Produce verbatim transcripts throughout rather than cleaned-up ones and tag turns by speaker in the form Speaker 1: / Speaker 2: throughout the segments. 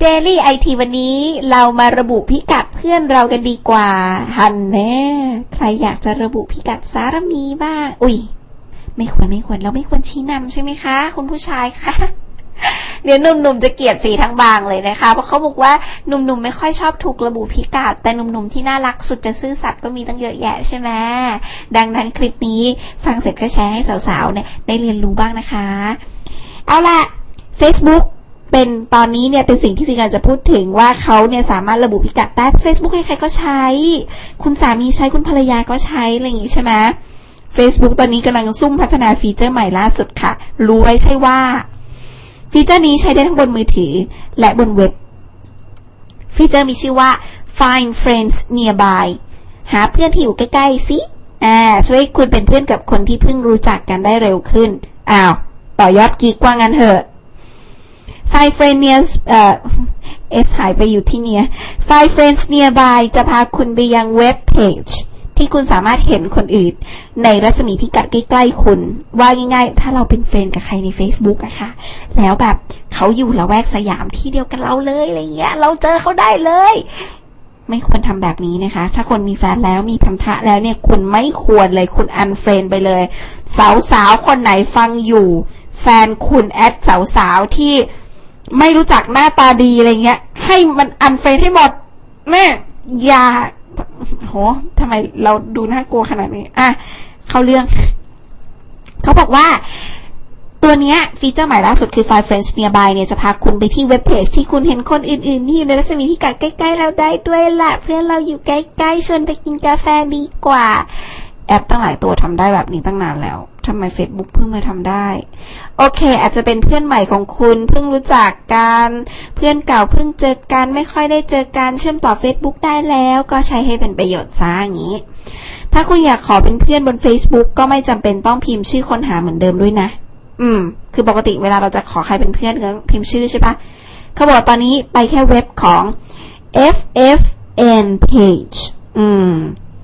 Speaker 1: Daily ไอ ที วันนี้เรามาระบุพิกัดเพื่อนเรากันดีกว่าหันแน่ใครอยากจะระบุพิกัดสารมีบ้างอุ้ยไม่ควรไม่ควรเราไม่ควรชี้นำใช่ไหมคะคุณผู้ชายคะเดี๋ยวหนุ่มๆจะเกลียดสีทั้งบางเลยนะคะเพราะเขาบอกว่าหนุ่มๆไม่ค่อยชอบถูกระบุพิกัดแต่หนุ่มๆที่น่ารักสุดจะซื่อสัตย์ก็มีตั้งเยอะแยะใช่ไหมดังนั้นคลิปนี้ฟังเสร็จก็แชร์ให้สาวๆเนี่ยได้เรียนรู้บ้างนะคะเอาล่ะ Facebook เป็นตอนนี้เนี่ยเป็นสิ่งที่ซีการจะพูดถึงว่าเขาเนี่ยสามารถระบุพิกัดได้ Facebook ใครๆก็ใช้คุณสามีใช้คุณภรรยาก็ใช้อะไรอย่างงี้ใช่ไหม Facebook ตอนนี้กำลังซุ่มพัฒนาฟีเจอร์ใหม่ล่าสุดค่ะรู้ไว้ใช่ว่าฟีเจอร์นี้ใช้ได้ทั้งบนมือถือและบนเว็บฟีเจอร์มีชื่อว่า Find Friends Nearby หาเพื่อนที่อยู่ใกล้ๆสิอ่าช่วยคุณเป็นเพื่อนกับคนที่เพิ่งรู้จักกันได้เร็วขึ้นอ้าวต่อยอดกิ๊กว่างั้นเถอะ Find Friends Near เอ่อ S หายไปอยู่ที่เนี่ย Find Friends Nearby จะพาคุณไปยังเว็บเพจที่คุณสามารถเห็นคนอื่นในรัศมีพิกัดใกล้ๆคุณว่าง่ายๆถ้าเราเป็นเฟรนด์กับใครใน Facebook อะค่ะแล้วแบบเขาอยู่ละแวกสยามที่เดียวกันเราเลยอะไรเงี้ยเราเจอเขาได้เลยไม่ควรทำแบบนี้นะคะถ้าคนมีแฟนแล้วมีพันธะแล้วเนี่ยคุณไม่ควรเลยคุณอันเฟรนด์ไปเลยสาวๆคนไหนฟังอยู่แฟนคุณแอดสาวๆที่ไม่รู้จักหน้าตาดีอะไรเงี้ยให้มันอันเฟรนด์ให้หมดแม่อย่าโหทำไมเราดูน่ากลัวขนาดนี้อ่ะเข้าเรื่องเขาบอกว่าตัวเนี้ยฟีเจอร์ใหม่ล่าสุดคือ Find Friends Nearby เนี่ยจะพาคุณไปที่เว็บเพจที่คุณเห็นคนอื่นๆที่อยู่ในรัศมีพิกัดใกล้ๆเราได้ด้วยล่ะเพื่อนเราอยู่ใกล้ๆชวนไปกินกาแฟดีกว่าแอปตั้งหลายตัวทำได้แบบนี้ตั้งนานแล้วทำไม Facebook เพิ่งมาทำได้โอเคอาจจะเป็นเพื่อนใหม่ของคุณเพิ่งรู้จักกันเพื่อนเก่าเพิ่งเจอกันไม่ค่อยได้เจอกันเชื่อมต่อ Facebook ได้แล้วก็ใช้ให้เป็นประโยชน์ซะอย่างนี้ถ้าคุณอยากขอเป็นเพื่อนบน Facebook ก็ไม่จำเป็นต้องพิมพ์ชื่อค้นหาเหมือนเดิมด้วยนะอืมคือปกติเวลาเราจะขอใครเป็นเพื่อนก็พิมพ์ชื่อใช่ปะเขาบอกตอนนี้ไปแค่เว็บของ เอฟ เอฟ เอ็น page อืม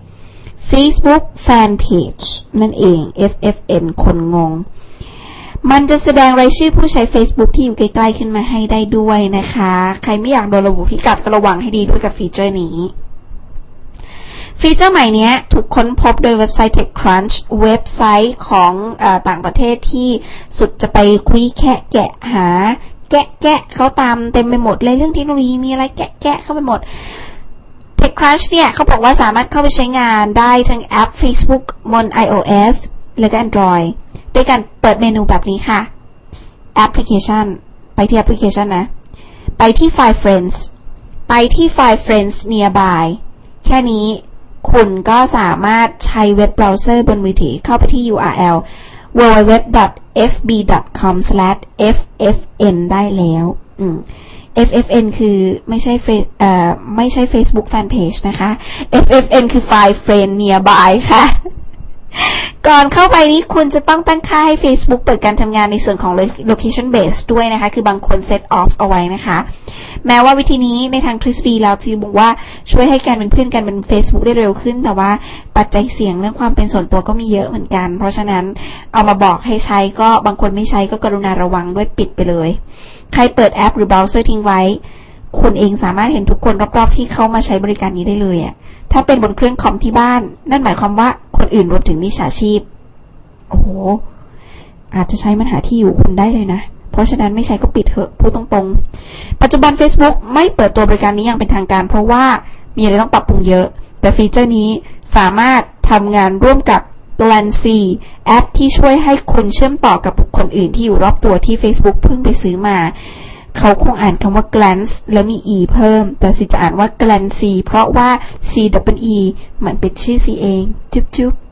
Speaker 1: Facebook Fan Page นั่นเอง เอฟ เอฟ เอ็น คนงงมันจะแสดงรายชื่อผู้ใช้ Facebook ที่อยู่ใกล้ๆขึ้นมาให้ได้ด้วยนะคะใครไม่อยากโดนระบุพิกัดก็ระวังให้ดีด้วยกับฟีเจอร์นี้ฟีเจอร์ใหม่นี้ถูกค้นพบโดยเว็บไซต์ TechCrunch เว็บไซต์ของเอ่อต่างประเทศที่สุดจะไปคุยแคะแกะหาแกะแกะเขาตามเต็มไปหมดเลยเรื่องเทคโนโลยีมีอะไรแกะแกะเข้าไปหมดTechCrunch เนี่ยเขาบอกว่าสามารถเข้าไปใช้งานได้ทั้งแอป Facebook บน iOS และก็ Android ด้วยการเปิดเมนูแบบนี้ค่ะ Application ไปที่ Application นะไปที่ Find Friends ไปที่ Find Friends Nearby แค่นี้คุณก็สามารถใช้เว็บเบราว์เซอร์บนมือถือเข้าไปที่ ยู อาร์ แอล ดับเบิลยู ดับเบิลยู ดับเบิลยู ดอท เอฟ บี ดอท คอม สแลช เอฟ เอฟ เอ็น ได้แล้วอืมเอฟ เอฟ เอ็น คือไม่ใช่เอ่อไม่ใช่ Facebook Fan Page นะคะ เอฟ เอฟ เอ็น คือ Find Friend Nearby ค่ะก่อนเข้าไปนี้คุณจะต้องตั้งค่าให้ Facebook เปิดการทำงานในส่วนของ Location Base ด้วยนะคะคือบางคน Set Off เอาไว้นะคะแม้ว่าวิธีนี้ในทางทฤษฎีแล้วที่บอกว่าช่วยให้การเป็นเพื่อนกันบน Facebook ได้เร็วขึ้นแต่ว่าปัจจัยเสี่ยงเรื่องความเป็นส่วนตัวก็มีเยอะเหมือนกันเพราะฉะนั้นเอามาบอกให้ใช้ก็บางคนไม่ใช้ก็กรุณาระวังด้วยปิดไปเลยใครเปิดแอปหรือเบราว์เซอร์ทิ้งไว้คุณเองสามารถเห็นทุกคนรอบๆที่เข้ามาใช้บริการนี้ได้เลยอ่ะถ้าเป็นบนเครื่องคอมที่บ้านนั่นหมายความว่าคนอื่นรวมถึงมิจฉาชีพโอ้โหอาจจะใช้มันหาที่อยู่คุณได้เลยนะเพราะฉะนั้นไม่ใช้ก็ปิดเถอะพูดตรงๆปัจจุบัน Facebook ไม่เปิดตัวบริการนี้อย่างเป็นทางการเพราะว่ามีอะไรต้องปรับปรุงเยอะแต่ฟีเจอร์นี้สามารถทำงานร่วมกับ Glancy แอปที่ช่วยให้คุณเชื่อมต่อกับบุคคลอื่นที่อยู่รอบตัวที่ Facebook เพิ่งไปซื้อมาเขาคงอ่านคำว่า glance แล้วมี e เพิ่มแต่สิจะอ่านว่า glancy เพราะว่า c w e มันเป็นชื่อ c เองจุ๊บๆ